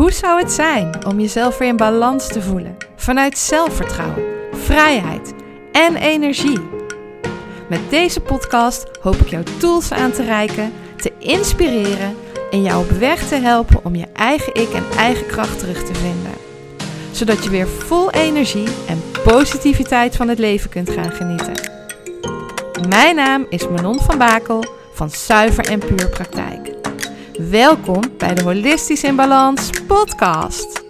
Hoe zou het zijn om jezelf weer in balans te voelen? Vanuit zelfvertrouwen, vrijheid en energie. Met deze podcast hoop ik jou tools aan te reiken, te inspireren en jou op weg te helpen om je eigen ik en eigen kracht terug te vinden. Zodat je weer vol energie en positiviteit van het leven kunt gaan genieten. Mijn naam is Manon van Bakel van Zuiver en Puur Praktijk. Welkom bij de Holistisch in Balans podcast.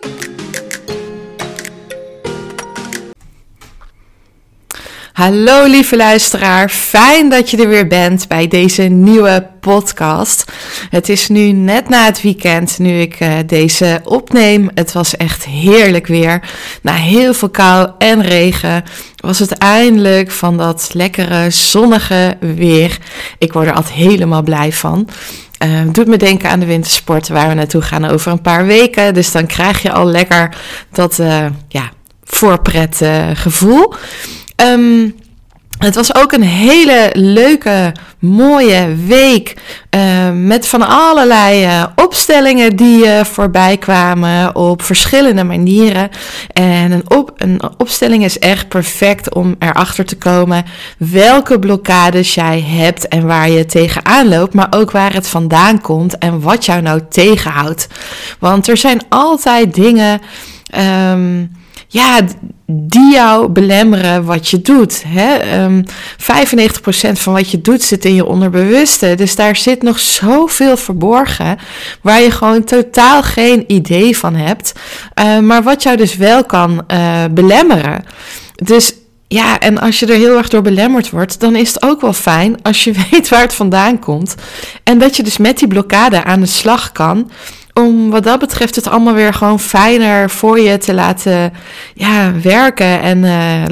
Hallo lieve luisteraar, fijn dat je er weer bent bij deze nieuwe podcast. Het is nu net na het weekend nu ik deze opneem. Het was echt heerlijk weer. Na heel veel kou en regen was het eindelijk van dat lekkere zonnige weer. Ik word er altijd helemaal blij van. Doet me denken aan de wintersporten waar we naartoe gaan over een paar weken. Dus dan krijg je al lekker dat voorpret gevoel. Het was ook een hele leuke, mooie week met van allerlei opstellingen die voorbij kwamen op verschillende manieren. En een opstelling is echt perfect om erachter te komen welke blokkades jij hebt en waar je tegenaan loopt, maar ook waar het vandaan komt en wat jou nou tegenhoudt. Want er zijn altijd dingen die jou belemmeren wat je doet. 95% van wat je doet zit in je onderbewuste. Dus daar zit nog zoveel verborgen waar je gewoon totaal geen idee van hebt. Maar wat jou dus wel kan belemmeren. Dus ja, en als je er heel erg door belemmerd wordt, dan is het ook wel fijn als je weet waar het vandaan komt. En dat je dus met die blokkade aan de slag kan, om wat dat betreft het allemaal weer gewoon fijner voor je te laten werken en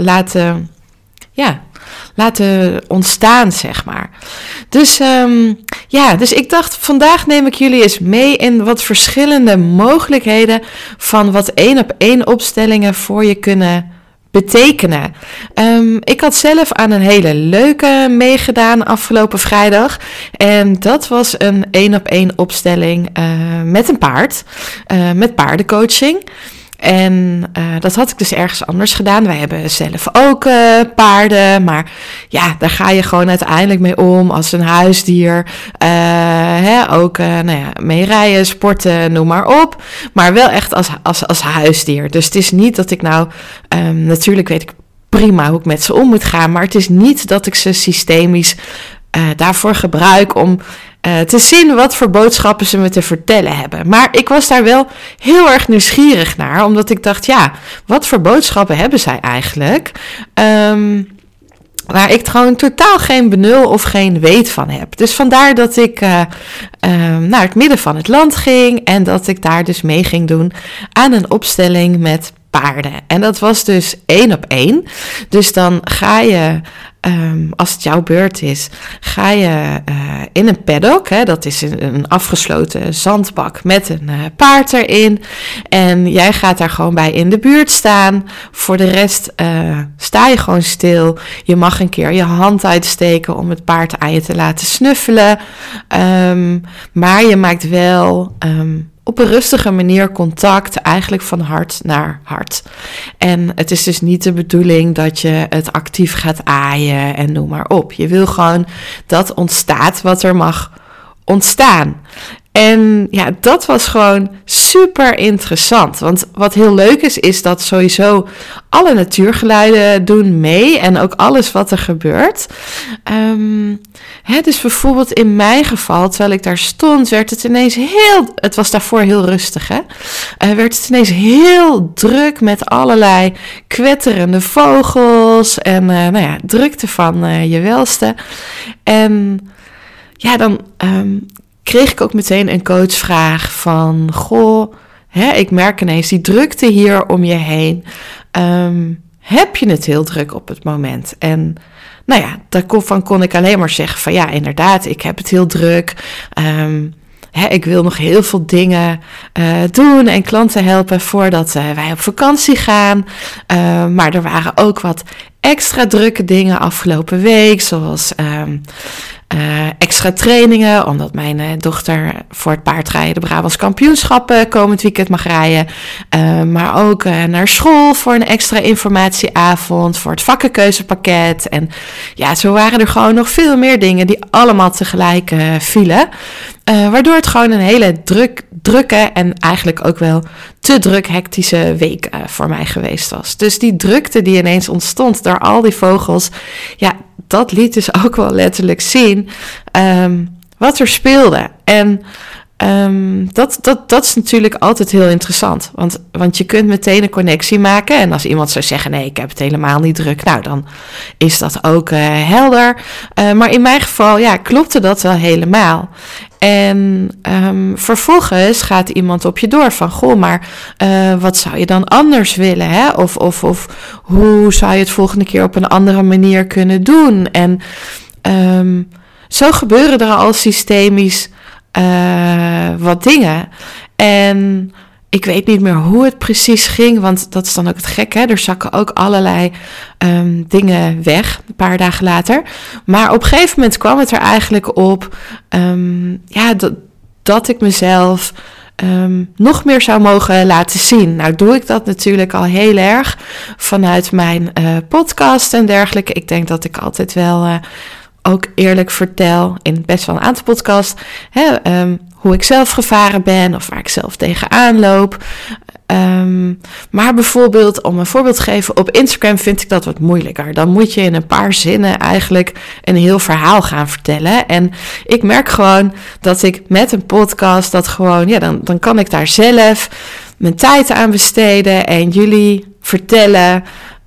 laten ontstaan, zeg maar. Dus ik dacht, vandaag neem ik jullie eens mee in wat verschillende mogelijkheden van wat 1-op-1 opstellingen voor je kunnen betekenen. Ik had zelf aan een hele leuke meegedaan afgelopen vrijdag. En dat was een 1-op-1 opstelling met een paard. Met paardencoaching. En dat had ik dus ergens anders gedaan. Wij hebben zelf ook paarden. Maar ja, daar ga je gewoon uiteindelijk mee om als een huisdier. Mee rijden, sporten, noem maar op. Maar wel echt als huisdier. Dus het is niet dat ik natuurlijk weet ik prima hoe ik met ze om moet gaan. Maar het is niet dat ik ze systemisch daarvoor gebruik om te zien wat voor boodschappen ze me te vertellen hebben. Maar ik was daar wel heel erg nieuwsgierig naar, omdat ik dacht, wat voor boodschappen hebben zij eigenlijk? Waar ik gewoon totaal geen benul of geen weet van heb. Dus vandaar dat ik naar het midden van het land ging en dat ik daar dus mee ging doen aan een opstelling met paarden. En dat was dus 1-op-1. Dus dan ga je, als het jouw beurt is, ga je in een paddock. Dat is een afgesloten zandbak met een paard erin. En jij gaat daar gewoon bij in de buurt staan. Voor de rest sta je gewoon stil. Je mag een keer je hand uitsteken om het paard aan je te laten snuffelen. Maar je maakt wel op een rustige manier contact, eigenlijk van hart naar hart. En het is dus niet de bedoeling dat je het actief gaat aaien en noem maar op. Je wil gewoon dat ontstaat wat er mag ontstaan. En ja, dat was gewoon super interessant. Want wat heel leuk is dat sowieso alle natuurgeluiden doen mee en ook alles wat er gebeurt. Dus bijvoorbeeld in mijn geval, terwijl ik daar stond, werd het ineens het was daarvoor heel rustig, werd het ineens heel druk met allerlei kwetterende vogels en drukte van je welste. En ja, dan kreeg ik ook meteen een coachvraag van, ik merk ineens die drukte hier om je heen. Heb je het heel druk op het moment? En daarvan kon ik alleen maar zeggen van inderdaad, ik heb het heel druk. Ik wil nog heel veel dingen doen en klanten helpen voordat wij op vakantie gaan. Maar er waren ook wat extra drukke dingen afgelopen week, zoals extra trainingen, omdat mijn dochter voor het paardrijden de Brabants kampioenschappen komend weekend mag rijden. Maar ook naar school voor een extra informatieavond, voor het vakkenkeuzepakket. En ja, zo waren er gewoon nog veel meer dingen die allemaal tegelijk vielen. Waardoor het gewoon een hele drukke en eigenlijk ook wel te druk hectische week voor mij geweest was. Dus die drukte die ineens ontstond door al die vogels, ja, dat liet dus ook wel letterlijk zien wat er speelde. En dat is natuurlijk altijd heel interessant. Want je kunt meteen een connectie maken. En als iemand zou zeggen, nee, ik heb het helemaal niet druk. Nou, dan is dat ook helder. Maar in mijn geval, ja, klopte dat wel helemaal. En vervolgens gaat iemand op je door van, goh, maar wat zou je dan anders willen? Hè? Of hoe zou je het volgende keer op een andere manier kunnen doen? En zo gebeuren er al systemisch wat dingen. En ik weet niet meer hoe het precies ging, want dat is dan ook het gek, hè? Er zakken ook allerlei dingen weg, een paar dagen later. Maar op een gegeven moment kwam het er eigenlijk op dat ik mezelf nog meer zou mogen laten zien. Nou doe ik dat natuurlijk al heel erg vanuit mijn podcast en dergelijke. Ik denk dat ik altijd wel ook eerlijk vertel in best wel een aantal podcasts hoe ik zelf gevaren ben of waar ik zelf tegenaan loop. Maar bijvoorbeeld, om een voorbeeld te geven, op Instagram vind ik dat wat moeilijker. Dan moet je in een paar zinnen eigenlijk een heel verhaal gaan vertellen. En ik merk gewoon dat ik met een podcast dat gewoon, ja, dan kan ik daar zelf mijn tijd aan besteden en jullie vertellen,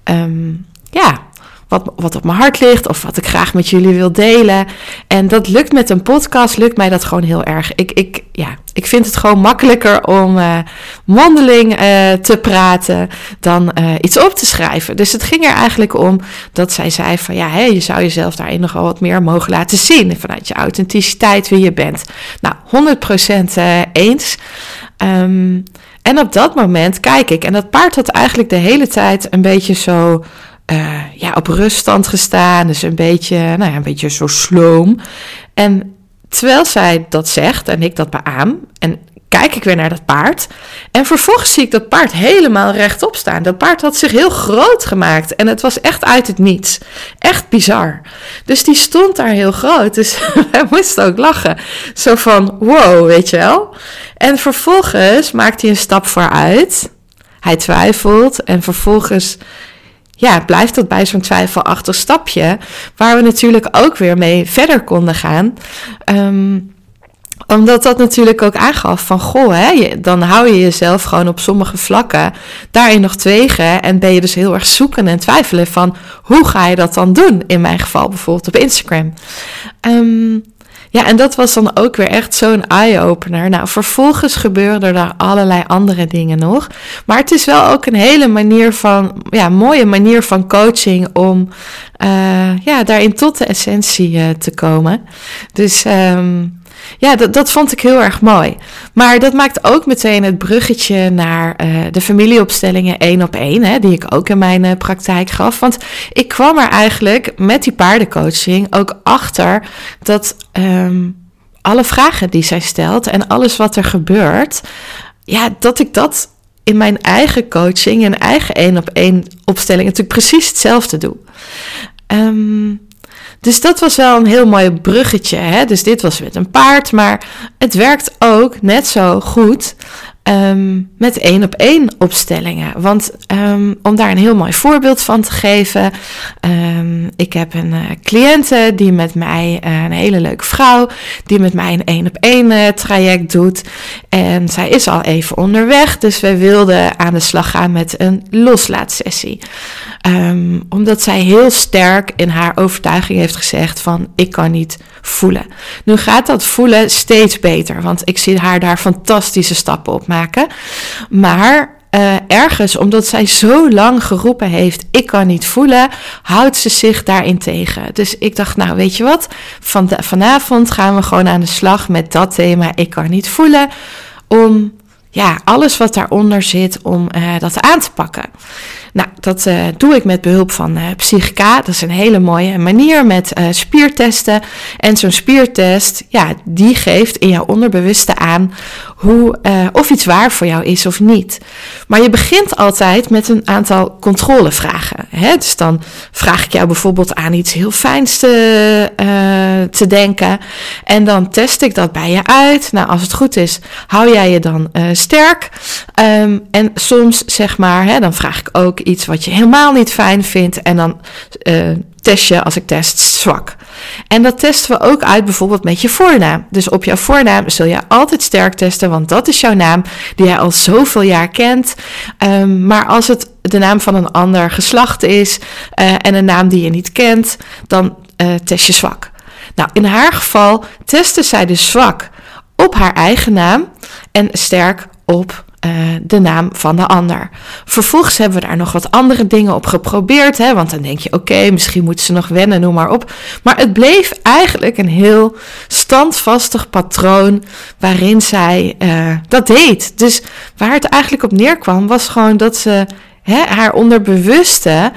wat op mijn hart ligt of wat ik graag met jullie wil delen. En dat lukt met een podcast, lukt mij dat gewoon heel erg. Ik vind het gewoon makkelijker om mondeling te praten dan iets op te schrijven. Dus het ging er eigenlijk om dat zij zei van ja, je zou jezelf daarin nogal wat meer mogen laten zien. Vanuit je authenticiteit, wie je bent. Nou, 100% eens. En op dat moment kijk ik. En dat paard had eigenlijk de hele tijd een beetje zo op ruststand gestaan. Dus een beetje zo sloom. En terwijl zij dat zegt en ik dat beaam, en kijk ik weer naar dat paard. En vervolgens zie ik dat paard helemaal rechtop staan. Dat paard had zich heel groot gemaakt. En het was echt uit het niets. Echt bizar. Dus die stond daar heel groot. Dus wij moesten ook lachen. Zo van, wow, weet je wel. En vervolgens maakt hij een stap vooruit. Hij twijfelt. En vervolgens blijft dat bij zo'n twijfelachtig stapje, waar we natuurlijk ook weer mee verder konden gaan. Omdat dat natuurlijk ook aangaf van, dan hou je jezelf gewoon op sommige vlakken daarin nog tegen en ben je dus heel erg zoeken en twijfelen van, hoe ga je dat dan doen? In mijn geval bijvoorbeeld op Instagram. En dat was dan ook weer echt zo'n eye-opener. Nou, vervolgens gebeuren er daar allerlei andere dingen nog. Maar het is wel ook een hele mooie manier van coaching om daarin tot de essentie te komen. Dus dat vond ik heel erg mooi. Maar dat maakt ook meteen het bruggetje naar de familieopstellingen 1-op-1, die ik ook in mijn praktijk gaf. Want ik kwam er eigenlijk met die paardencoaching ook achter dat alle vragen die zij stelt en alles wat er gebeurt, dat ik dat in mijn eigen coaching en eigen 1-op-1 opstelling natuurlijk precies hetzelfde doe. Dus dat was wel een heel mooi bruggetje. Hè? Dus dit was met een paard, maar het werkt ook net zo goed met 1-op-1 opstellingen. Want om daar een heel mooi voorbeeld van te geven. Ik heb een cliënte die met mij, een hele leuke vrouw, die met mij een 1-op-1 traject doet. En zij is al even onderweg, dus wij wilden aan de slag gaan met een loslaatsessie. Omdat zij heel sterk in haar overtuiging heeft gezegd van, ik kan niet voelen. Nu gaat dat voelen steeds beter, want ik zie haar daar fantastische stappen op maken. Maar ergens, omdat zij zo lang geroepen heeft, ik kan niet voelen, houdt ze zich daarin tegen. Dus ik dacht, nou weet je wat, vanavond gaan we gewoon aan de slag met dat thema, ik kan niet voelen, om alles wat daaronder zit, om dat aan te pakken. Nou, dat doe ik met behulp van Psychica. Dat is een hele mooie manier met spiertesten. En zo'n spiertest, die geeft in jouw onderbewuste aan of iets waar voor jou is of niet. Maar je begint altijd met een aantal controlevragen. Hè? Dus dan vraag ik jou bijvoorbeeld aan iets heel fijns te denken. En dan test ik dat bij je uit. Nou, als het goed is, hou jij je dan sterk. En soms dan vraag ik ook iets wat je helemaal niet fijn vindt. En dan test je, als ik test, zwak. En dat testen we ook uit bijvoorbeeld met je voornaam. Dus op jouw voornaam zul je altijd sterk testen, want dat is jouw naam die jij al zoveel jaar kent. Maar als het de naam van een ander geslacht is en een naam die je niet kent, dan test je zwak. Nou, in haar geval testte zij dus zwak op haar eigen naam en sterk op de naam van de ander. Vervolgens hebben we daar nog wat andere dingen op geprobeerd, want dan denk je, oké, misschien moet ze nog wennen, noem maar op. Maar het bleef eigenlijk een heel standvastig patroon waarin zij dat deed. Dus waar het eigenlijk op neerkwam, was gewoon dat ze haar onderbewuste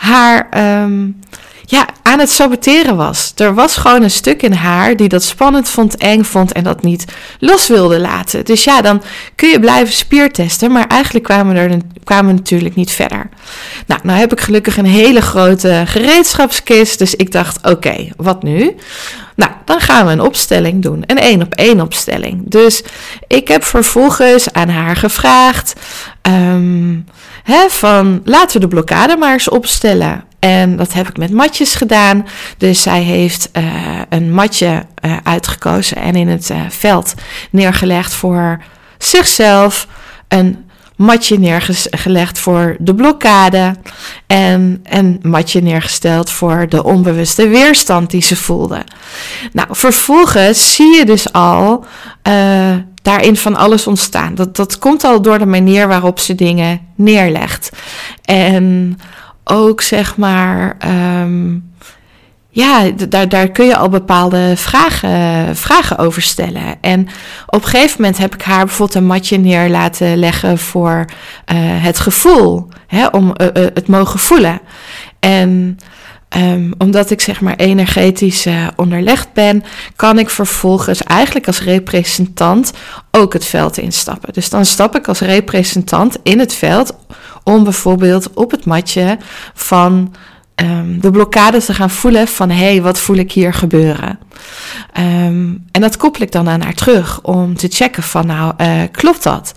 aan het saboteren was. Er was gewoon een stuk in haar die dat spannend vond, eng vond en dat niet los wilde laten. Dus dan kun je blijven spiertesten, maar eigenlijk kwamen we natuurlijk niet verder. Nou heb ik gelukkig een hele grote gereedschapskist, dus ik dacht, oké, wat nu? Nou, dan gaan we een opstelling doen, een 1-op-1 opstelling. Dus ik heb vervolgens aan haar gevraagd, laten we de blokkade maar eens opstellen. En dat heb ik met matjes gedaan. Dus zij heeft een matje uitgekozen en in het veld neergelegd voor zichzelf. Een matje neergelegd voor de blokkade. En een matje neergesteld voor de onbewuste weerstand die ze voelde. Nou, vervolgens zie je dus al daarin van alles ontstaan. Dat komt al door de manier waarop ze dingen neerlegt. En ook daar kun je al bepaalde vragen over stellen. En op een gegeven moment heb ik haar bijvoorbeeld een matje neer laten leggen voor het gevoel, om het mogen voelen. En omdat ik energetisch onderlegd ben, kan ik vervolgens eigenlijk als representant ook het veld instappen. Dus dan stap ik als representant in het veld om bijvoorbeeld op het matje van de blokkade te gaan voelen van wat voel ik hier gebeuren? En dat koppel ik dan aan haar terug om te checken van klopt dat?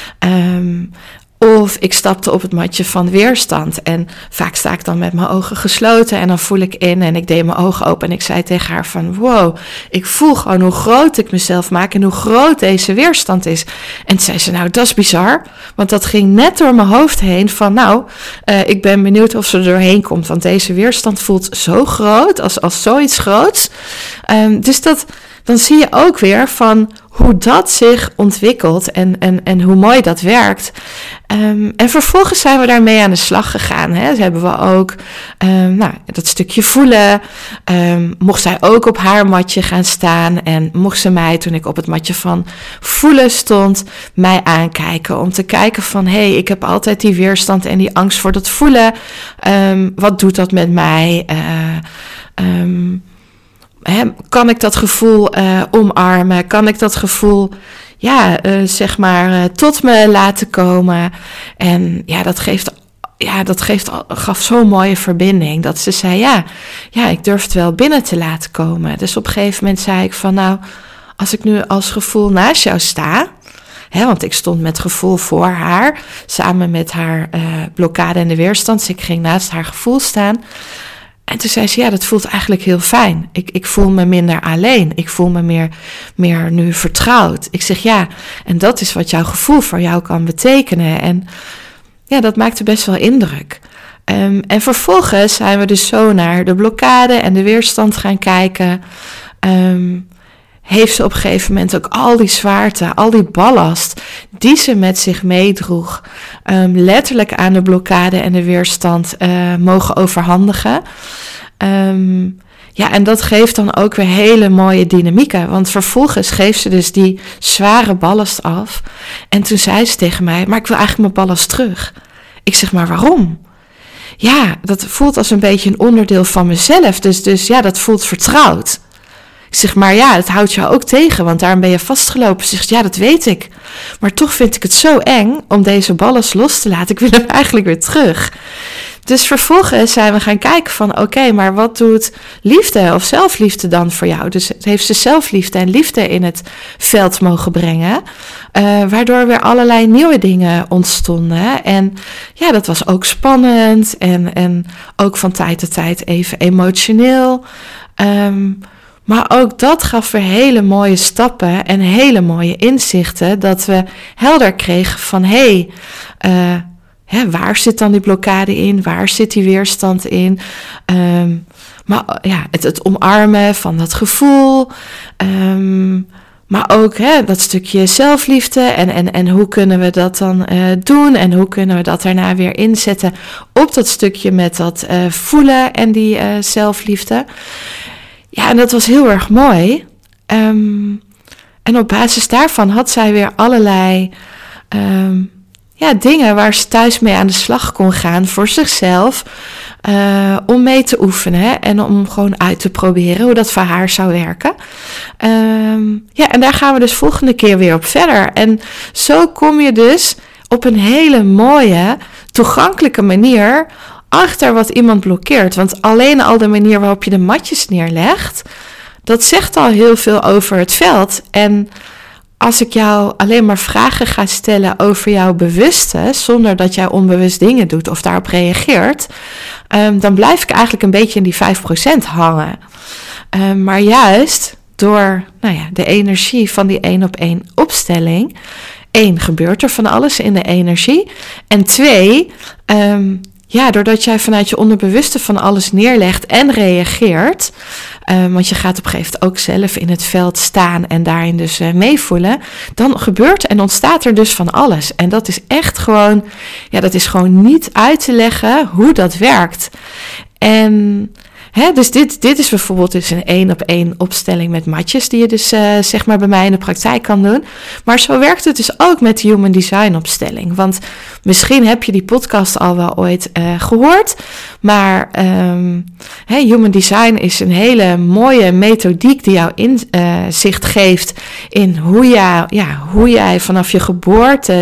Of ik stapte op het matje van weerstand en vaak sta ik dan met mijn ogen gesloten en dan voel ik in en ik deed mijn ogen open en ik zei tegen haar van wow, ik voel gewoon hoe groot ik mezelf maak en hoe groot deze weerstand is. En toen zei ze, nou dat is bizar, want dat ging net door mijn hoofd heen van ik ben benieuwd of ze er doorheen komt, want deze weerstand voelt zo groot als zoiets groots. Dus dan zie je ook weer van hoe dat zich ontwikkelt en hoe mooi dat werkt. En vervolgens zijn we daarmee aan de slag gegaan. Dus hebben we ook dat stukje voelen. Mocht zij ook op haar matje gaan staan. En mocht ze mij, toen ik op het matje van voelen stond, mij aankijken. Om te kijken van, ik heb altijd die weerstand en die angst voor dat voelen. Wat doet dat met mij? Kan ik dat gevoel omarmen? Kan ik dat gevoel, tot me laten komen? En dat gaf zo'n mooie verbinding. Dat ze zei, ik durf het wel binnen te laten komen. Dus op een gegeven moment zei ik van, als ik nu als gevoel naast jou sta, want ik stond met gevoel voor haar, samen met haar blokkade en de weerstand. Dus ik ging naast haar gevoel staan. En toen zei ze, dat voelt eigenlijk heel fijn. Ik voel me minder alleen. Ik voel me meer nu vertrouwd. Ik zeg en dat is wat jouw gevoel voor jou kan betekenen. En dat maakte best wel indruk. En vervolgens zijn we dus zo naar de blokkade en de weerstand gaan kijken. Heeft ze op een gegeven moment ook al die zwaarte, al die ballast die ze met zich meedroeg, letterlijk aan de blokkade en de weerstand mogen overhandigen. En dat geeft dan ook weer hele mooie dynamieken. Want vervolgens geeft ze dus die zware ballast af. En toen zei ze tegen mij, maar ik wil eigenlijk mijn ballast terug. Ik zeg, maar waarom? dat voelt als een beetje een onderdeel van mezelf. Dus ja, dat voelt vertrouwd. Ik zeg, maar ja, het houdt jou ook tegen, want daarom ben je vastgelopen. Ze zegt, ja, dat weet ik. Maar toch vind ik het zo eng om deze ballast los te laten. Ik wil hem eigenlijk weer terug. Dus vervolgens zijn we gaan kijken van, oké, maar wat doet liefde of zelfliefde dan voor jou? Dus heeft ze zelfliefde en liefde in het veld mogen brengen, waardoor weer allerlei nieuwe dingen ontstonden. En ja, dat was ook spannend en ook van tijd tot tijd even emotioneel. Maar ook dat gaf weer hele mooie stappen en hele mooie inzichten, dat we helder kregen van, waar zit dan die blokkade in? Waar zit die weerstand in? Maar ja, het omarmen van dat gevoel. Maar ook dat stukje zelfliefde. En hoe kunnen we dat dan doen? En hoe kunnen we dat daarna weer inzetten op dat stukje met dat voelen en die zelfliefde. Ja, en dat was heel erg mooi. En op basis daarvan had zij weer allerlei dingen waar ze thuis mee aan de slag kon gaan voor zichzelf. Om mee te oefenen en om gewoon uit te proberen hoe dat voor haar zou werken. En daar gaan we dus volgende keer weer op verder. En zo kom je dus op een hele mooie, toegankelijke manier achter wat iemand blokkeert. Want alleen al de manier waarop je de matjes neerlegt, dat zegt al heel veel over het veld. En als ik jou alleen maar vragen ga stellen over jouw bewuste, zonder dat jij onbewust dingen doet of daarop reageert, dan blijf ik eigenlijk een beetje in die 5% hangen. Maar juist door de energie van die 1-op-1 opstelling, 1, gebeurt er van alles in de energie. En 2, doordat jij vanuit je onderbewuste van alles neerlegt en reageert, want je gaat op een gegeven moment ook zelf in het veld staan en daarin dus meevoelen, dan gebeurt en ontstaat er dus van alles. En dat is echt gewoon, dat is gewoon niet uit te leggen hoe dat werkt. En dus dit is bijvoorbeeld dus een 1-op-1 opstelling met matjes die je dus bij mij in de praktijk kan doen. Maar zo werkt het dus ook met de Human Design opstelling. Want misschien heb je die podcast al wel ooit gehoord. Maar Human Design is een hele mooie methodiek die jou inzicht geeft in hoe jij vanaf je geboorte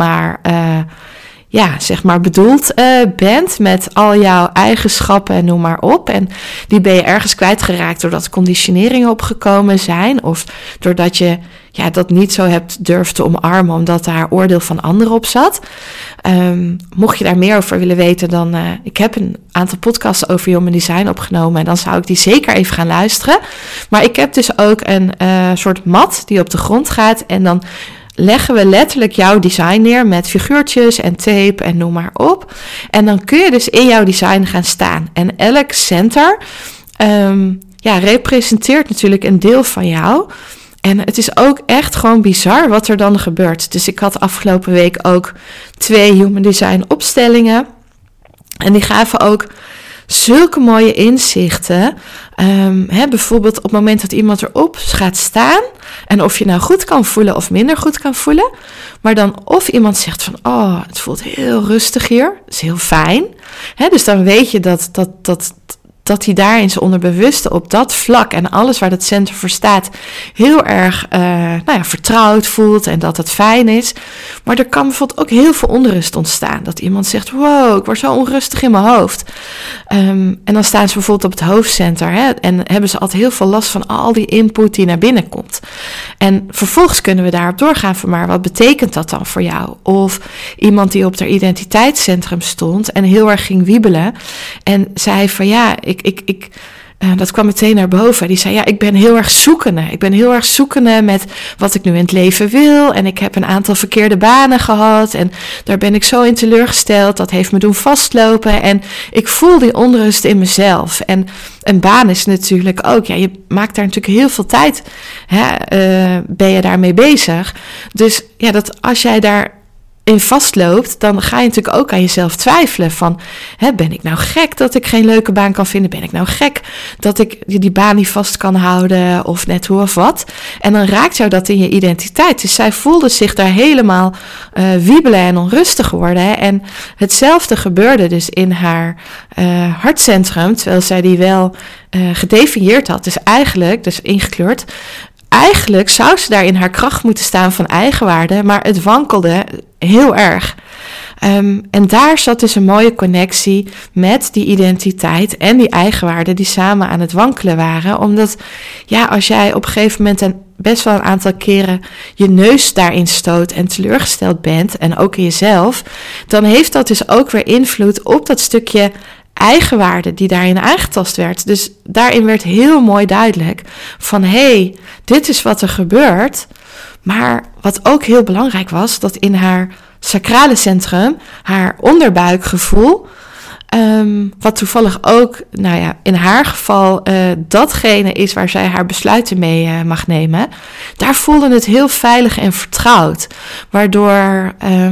bedoeld bent met al jouw eigenschappen en noem maar op. En die ben je ergens kwijtgeraakt doordat conditioneringen opgekomen zijn. Of doordat je dat niet zo hebt durven te omarmen omdat daar oordeel van anderen op zat. Mocht je daar meer over willen weten, dan ik heb een aantal podcasts over Human Design opgenomen. En dan zou ik die zeker even gaan luisteren. Maar ik heb dus ook een soort mat die op de grond gaat. En dan leggen we letterlijk jouw design neer met figuurtjes en tape en noem maar op. En dan kun je dus in jouw design gaan staan. En elk center representeert natuurlijk een deel van jou. En het is ook echt gewoon bizar wat er dan gebeurt. Dus ik had afgelopen week ook 2 Human Design opstellingen. En die gaven ook zulke mooie inzichten. Bijvoorbeeld op het moment dat iemand erop gaat staan. En of je nou goed kan voelen of minder goed kan voelen. Maar dan of iemand zegt van, oh, het voelt heel rustig hier. Dat is heel fijn. Dus dan weet je dat hij daar in zijn onderbewuste op dat vlak en alles waar dat center voor staat heel erg vertrouwd voelt en dat het fijn is. Maar er kan bijvoorbeeld ook heel veel onrust ontstaan. Dat iemand zegt, wow, ik word zo onrustig in mijn hoofd. En dan staan ze bijvoorbeeld op het hoofdcenter en hebben ze altijd heel veel last van al die input die naar binnen komt. En vervolgens kunnen we daarop doorgaan van, maar wat betekent dat dan voor jou? Of iemand die op haar identiteitscentrum stond en heel erg ging wiebelen en zei van dat kwam meteen naar boven. Die zei, ik ben heel erg zoekende. Ik ben heel erg zoekende met wat ik nu in het leven wil. En ik heb een aantal verkeerde banen gehad. En daar ben ik zo in teleurgesteld. Dat heeft me doen vastlopen. En ik voel die onrust in mezelf. En een baan is natuurlijk ook, je maakt daar natuurlijk heel veel tijd. Ben je daarmee bezig. Dus dat als jij daar in vastloopt, dan ga je natuurlijk ook aan jezelf twijfelen van, ben ik nou gek dat ik geen leuke baan kan vinden? Ben ik nou gek dat ik die baan niet vast kan houden of net hoe of wat? En dan raakt jou dat in je identiteit. Dus zij voelde zich daar helemaal wiebelen en onrustig worden. En hetzelfde gebeurde dus in haar hartcentrum, terwijl zij die wel gedefinieerd had. Dus eigenlijk, dus ingekleurd, eigenlijk zou ze daar in haar kracht moeten staan van eigenwaarde, maar het wankelde heel erg. En daar zat dus een mooie connectie met die identiteit en die eigenwaarde die samen aan het wankelen waren. Omdat als jij op een gegeven moment en best wel een aantal keren je neus daarin stoot en teleurgesteld bent en ook in jezelf, dan heeft dat dus ook weer invloed op dat stukje eigenwaarde die daarin aangetast werd. Dus daarin werd heel mooi duidelijk van dit is wat er gebeurt. Maar wat ook heel belangrijk was, dat in haar sacrale centrum, haar onderbuikgevoel, wat toevallig ook, in haar geval datgene is waar zij haar besluiten mee mag nemen, daar voelde het heel veilig en vertrouwd. Waardoor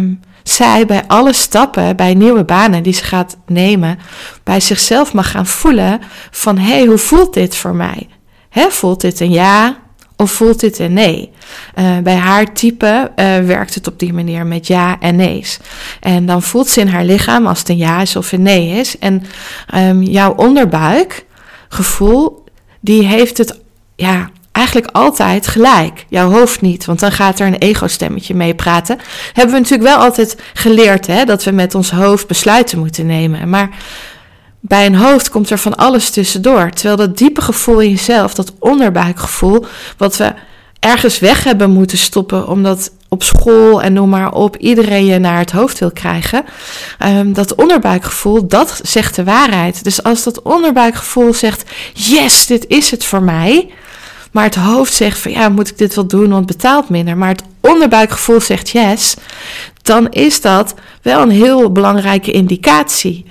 zij bij alle stappen, bij nieuwe banen die ze gaat nemen, bij zichzelf mag gaan voelen van, hoe voelt dit voor mij? Voelt dit een ja of voelt dit een nee? Bij haar type werkt het op die manier met ja en nee's. En dan voelt ze in haar lichaam als het een ja is of een nee is. En jouw onderbuikgevoel, die heeft het eigenlijk altijd gelijk. Jouw hoofd niet, want dan gaat er een ego-stemmetje mee praten. Hebben we natuurlijk wel altijd geleerd, dat we met ons hoofd besluiten moeten nemen. Maar bij een hoofd komt er van alles tussendoor. Terwijl dat diepe gevoel in jezelf, dat onderbuikgevoel, wat we ergens weg hebben moeten stoppen, omdat op school en noem maar op iedereen je naar het hoofd wil krijgen. Dat onderbuikgevoel, dat zegt de waarheid. Dus als dat onderbuikgevoel zegt, yes, dit is het voor mij, maar het hoofd zegt van, moet ik dit wel doen, want het betaalt minder. Maar het onderbuikgevoel zegt yes, dan is dat wel een heel belangrijke indicatie.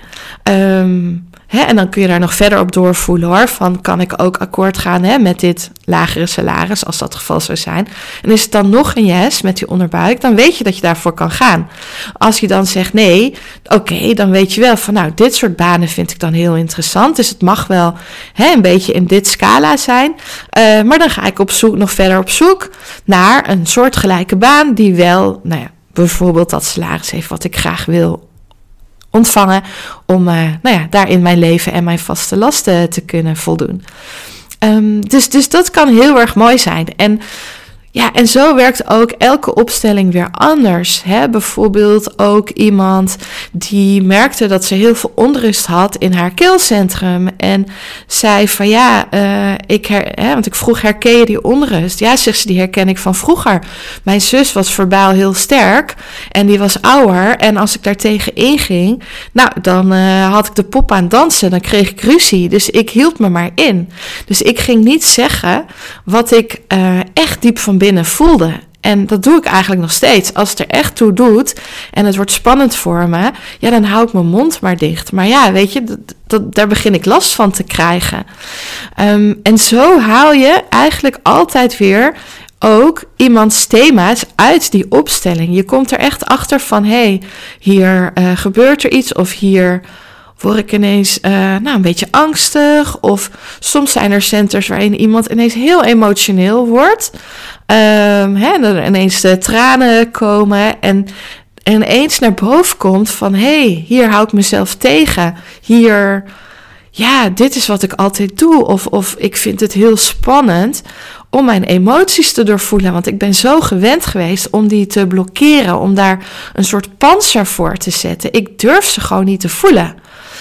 En dan kun je daar nog verder op doorvoelen hoor. Van kan ik ook akkoord gaan met dit lagere salaris, als dat het geval zou zijn. En is het dan nog een yes met die onderbuik, dan weet je dat je daarvoor kan gaan. Als je dan zegt nee, oké, dan weet je wel van dit soort banen vind ik dan heel interessant. Dus het mag wel een beetje in dit scala zijn. Maar dan ga ik nog verder op zoek naar een soortgelijke baan die wel, bijvoorbeeld dat salaris heeft wat ik graag wil ontvangen om daarin mijn leven en mijn vaste lasten te kunnen voldoen. Dus dat kan heel erg mooi zijn. En zo werkt ook elke opstelling weer anders. Bijvoorbeeld ook iemand die merkte dat ze heel veel onrust had in haar keelcentrum. En zei van want ik vroeg, herken je die onrust? Ja, zegt ze, die herken ik van vroeger. Mijn zus was verbaal heel sterk en die was ouder. En als ik daar tegen inging, dan had ik de pop aan dansen. Dan kreeg ik ruzie. Dus ik hield me maar in. Dus ik ging niet zeggen wat ik echt diep van binnen voelde. En dat doe ik eigenlijk nog steeds. Als het er echt toe doet en het wordt spannend voor me, dan hou ik mijn mond maar dicht. Maar weet je, daar begin ik last van te krijgen. En zo haal je eigenlijk altijd weer ook iemands thema's uit die opstelling. Je komt er echt achter van, hier gebeurt er iets of hier word ik ineens een beetje angstig. Of soms zijn er centers waarin iemand ineens heel emotioneel wordt. En er ineens de tranen komen. En ineens naar boven komt van, hier hou ik mezelf tegen. Hier, dit is wat ik altijd doe. Of ik vind het heel spannend om mijn emoties te doorvoelen. Want ik ben zo gewend geweest om die te blokkeren. Om daar een soort pantser voor te zetten. Ik durf ze gewoon niet te voelen.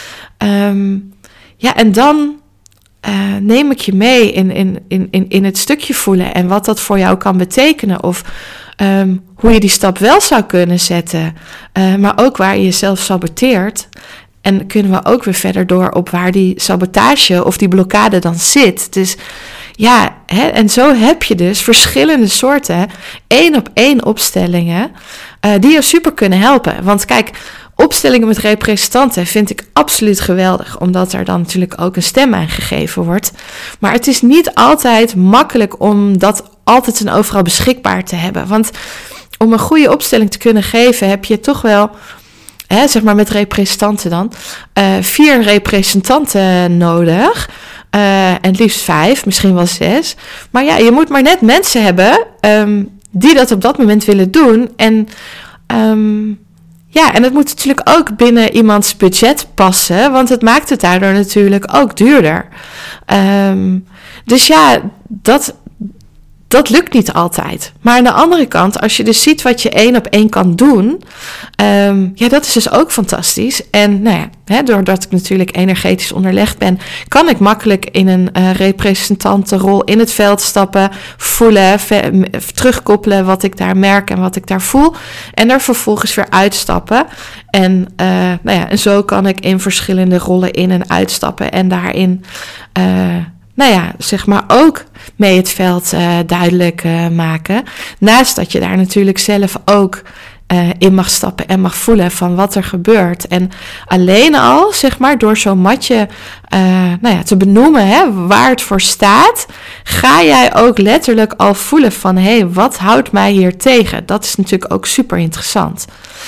En dan neem ik je mee in het stukje voelen en wat dat voor jou kan betekenen. Of hoe je die stap wel zou kunnen zetten, maar ook waar je jezelf saboteert. En kunnen we ook weer verder door op waar die sabotage of die blokkade dan zit. Dus en zo heb je dus verschillende soorten 1-op-1 opstellingen die je super kunnen helpen. Want kijk, opstellingen met representanten vind ik absoluut geweldig, omdat er dan natuurlijk ook een stem aan gegeven wordt. Maar het is niet altijd makkelijk om dat altijd en overal beschikbaar te hebben. Want om een goede opstelling te kunnen geven, heb je toch wel, zeg maar met representanten dan, 4 representanten nodig. En het liefst 5, misschien wel 6. Maar ja, je moet maar net mensen hebben die dat op dat moment willen doen. En en het moet natuurlijk ook binnen iemands budget passen, want het maakt het daardoor natuurlijk ook duurder. Dus ja, dat lukt niet altijd. Maar aan de andere kant, als je dus ziet wat je 1 op 1 kan doen, dat is dus ook fantastisch. En doordat ik natuurlijk energetisch onderlegd ben, kan ik makkelijk in een representantenrol in het veld stappen, voelen, terugkoppelen wat ik daar merk en wat ik daar voel. En er vervolgens weer uitstappen. En en zo kan ik in verschillende rollen in en uitstappen en daarin zeg maar ook mee het veld duidelijk maken. Naast dat je daar natuurlijk zelf ook in mag stappen en mag voelen van wat er gebeurt. En alleen al, zeg maar, door zo'n matje te benoemen waar het voor staat, ga jij ook letterlijk al voelen van wat houdt mij hier tegen? Dat is natuurlijk ook super interessant.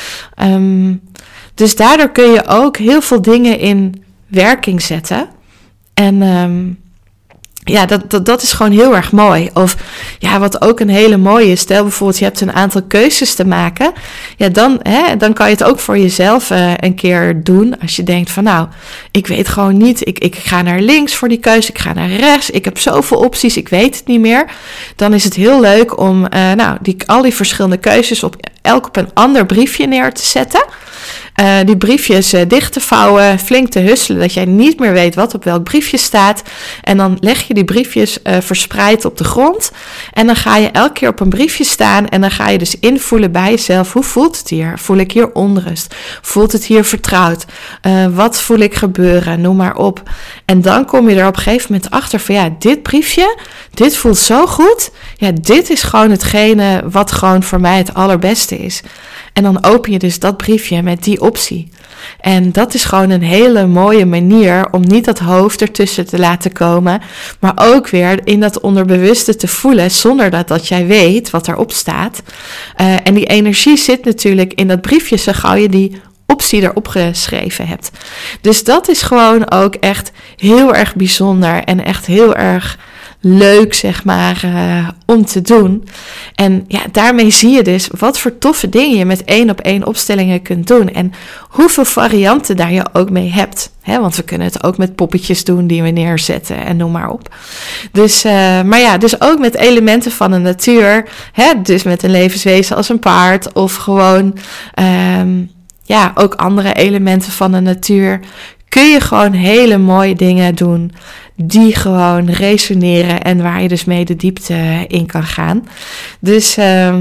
Dus daardoor kun je ook heel veel dingen in werking zetten. En dat is gewoon heel erg mooi. Of wat ook een hele mooie is, stel bijvoorbeeld je hebt een aantal keuzes te maken. Ja, dan kan je het ook voor jezelf een keer doen. Als je denkt van ik weet gewoon niet. Ik ga naar links voor die keuze. Ik ga naar rechts. Ik heb zoveel opties. Ik weet het niet meer. Dan is het heel leuk om al die verschillende keuzes elk op een ander briefje neer te zetten. Die briefjes dicht te vouwen, flink te husselen, dat jij niet meer weet wat op welk briefje staat. En dan leg je die briefjes verspreid op de grond. En dan ga je elke keer op een briefje staan en dan ga je dus invoelen bij jezelf. Hoe voelt het hier? Voel ik hier onrust? Voelt het hier vertrouwd? Wat voel ik gebeuren? Noem maar op. En dan kom je er op een gegeven moment achter van dit briefje, dit voelt zo goed. Ja, dit is gewoon hetgene wat gewoon voor mij het allerbeste is. En dan open je dus dat briefje met die optie. En dat is gewoon een hele mooie manier om niet dat hoofd ertussen te laten komen, maar ook weer in dat onderbewuste te voelen zonder dat jij weet wat erop staat. En die energie zit natuurlijk in dat briefje zo gauw je die optie erop geschreven hebt. Dus dat is gewoon ook echt heel erg bijzonder en echt heel erg leuk, zeg maar, om te doen. En daarmee zie je dus wat voor toffe dingen je met 1 op 1 opstellingen kunt doen. En hoeveel varianten daar je ook mee hebt. Want we kunnen het ook met poppetjes doen die we neerzetten en noem maar op. Dus, dus ook met elementen van de natuur. Dus met een levenswezen als een paard of gewoon ook andere elementen van de natuur. Kun je gewoon hele mooie dingen doen die gewoon resoneren en waar je dus mee de diepte in kan gaan. Dus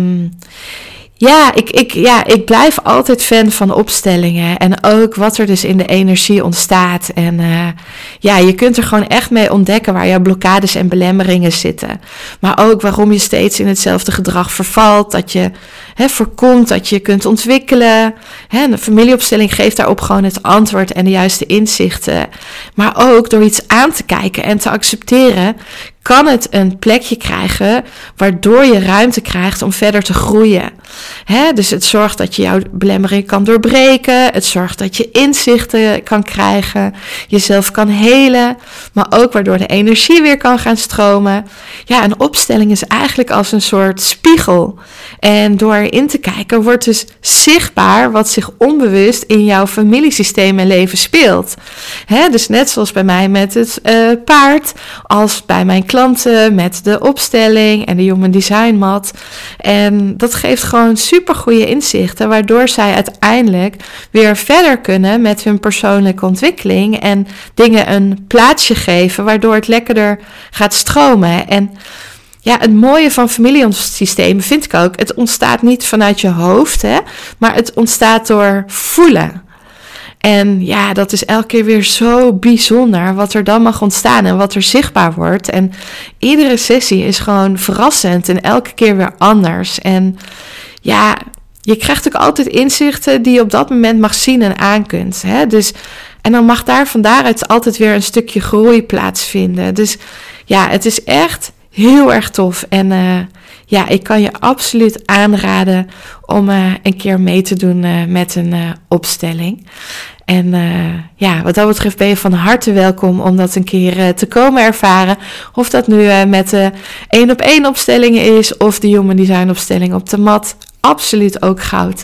ik blijf altijd fan van opstellingen en ook wat er dus in de energie ontstaat. En je kunt er gewoon echt mee ontdekken waar jouw blokkades en belemmeringen zitten. Maar ook waarom je steeds in hetzelfde gedrag vervalt, dat je voorkomt dat je kunt ontwikkelen. Een familieopstelling geeft daarop gewoon het antwoord en de juiste inzichten. Maar ook door iets aan te kijken en te accepteren, kan het een plekje krijgen waardoor je ruimte krijgt om verder te groeien. Dus het zorgt dat je jouw belemmering kan doorbreken. Het zorgt dat je inzichten kan krijgen. Jezelf kan helen. Maar ook waardoor de energie weer kan gaan stromen. Ja, een opstelling is eigenlijk als een soort spiegel. En door erin te kijken wordt dus zichtbaar wat zich onbewust in jouw familiesysteem en leven speelt. Dus net zoals bij mij met het paard, als bij mijn klanten met de opstelling en de Human Design mat. En dat geeft gewoon super goede inzichten, waardoor zij uiteindelijk weer verder kunnen met hun persoonlijke ontwikkeling en dingen een plaatsje geven, waardoor het lekkerder gaat stromen. En het mooie van familiesystemen vind ik ook, het ontstaat niet vanuit je hoofd, maar het ontstaat door voelen. En dat is elke keer weer zo bijzonder wat er dan mag ontstaan en wat er zichtbaar wordt. En iedere sessie is gewoon verrassend en elke keer weer anders. En je krijgt ook altijd inzichten die je op dat moment mag zien en aan kunt. Dus, en dan mag daar van daaruit altijd weer een stukje groei plaatsvinden. Dus het is echt heel erg tof. En ik kan je absoluut aanraden om een keer mee te doen met een opstelling. En wat dat betreft ben je van harte welkom om dat een keer te komen ervaren. Of dat nu met de 1-op-1 opstellingen is of de Human Design opstelling op de mat. Absoluut ook goud.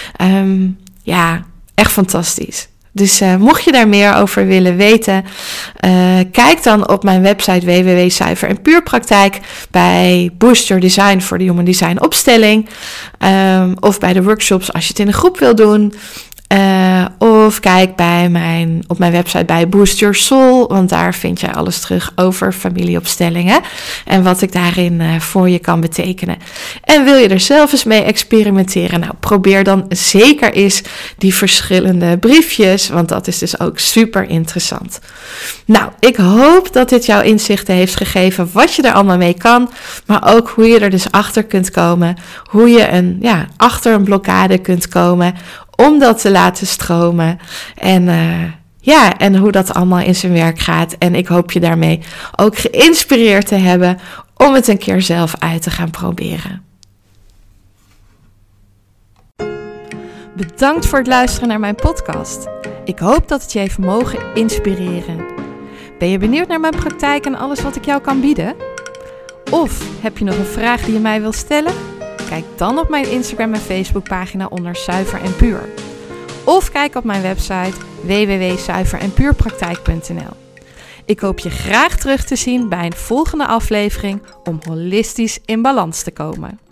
Echt fantastisch. Dus mocht je daar meer over willen weten, kijk dan op mijn website www.zuiver en puur praktijk bij Boost Your Design voor de Human Design opstelling. Of bij de workshops als je het in een groep wil doen. Of kijk op mijn website bij Boost Your Soul, want daar vind je alles terug over familieopstellingen en wat ik daarin voor je kan betekenen. En wil je er zelf eens mee experimenteren? Nou, probeer dan zeker eens die verschillende briefjes, want dat is dus ook super interessant. Nou, ik hoop dat dit jouw inzichten heeft gegeven wat je er allemaal mee kan, maar ook hoe je er dus achter kunt komen, hoe je achter een blokkade kunt komen om dat te laten stromen. En hoe dat allemaal in zijn werk gaat. En ik hoop je daarmee ook geïnspireerd te hebben om het een keer zelf uit te gaan proberen. Bedankt voor het luisteren naar mijn podcast. Ik hoop dat het je heeft mogen inspireren. Ben je benieuwd naar mijn praktijk en alles wat ik jou kan bieden? Of heb je nog een vraag die je mij wil stellen? Kijk dan op mijn Instagram en Facebook pagina onder Zuiver en Puur. Of kijk op mijn website www.zuiverenpuurpraktijk.nl. Ik hoop je graag terug te zien bij een volgende aflevering om holistisch in balans te komen.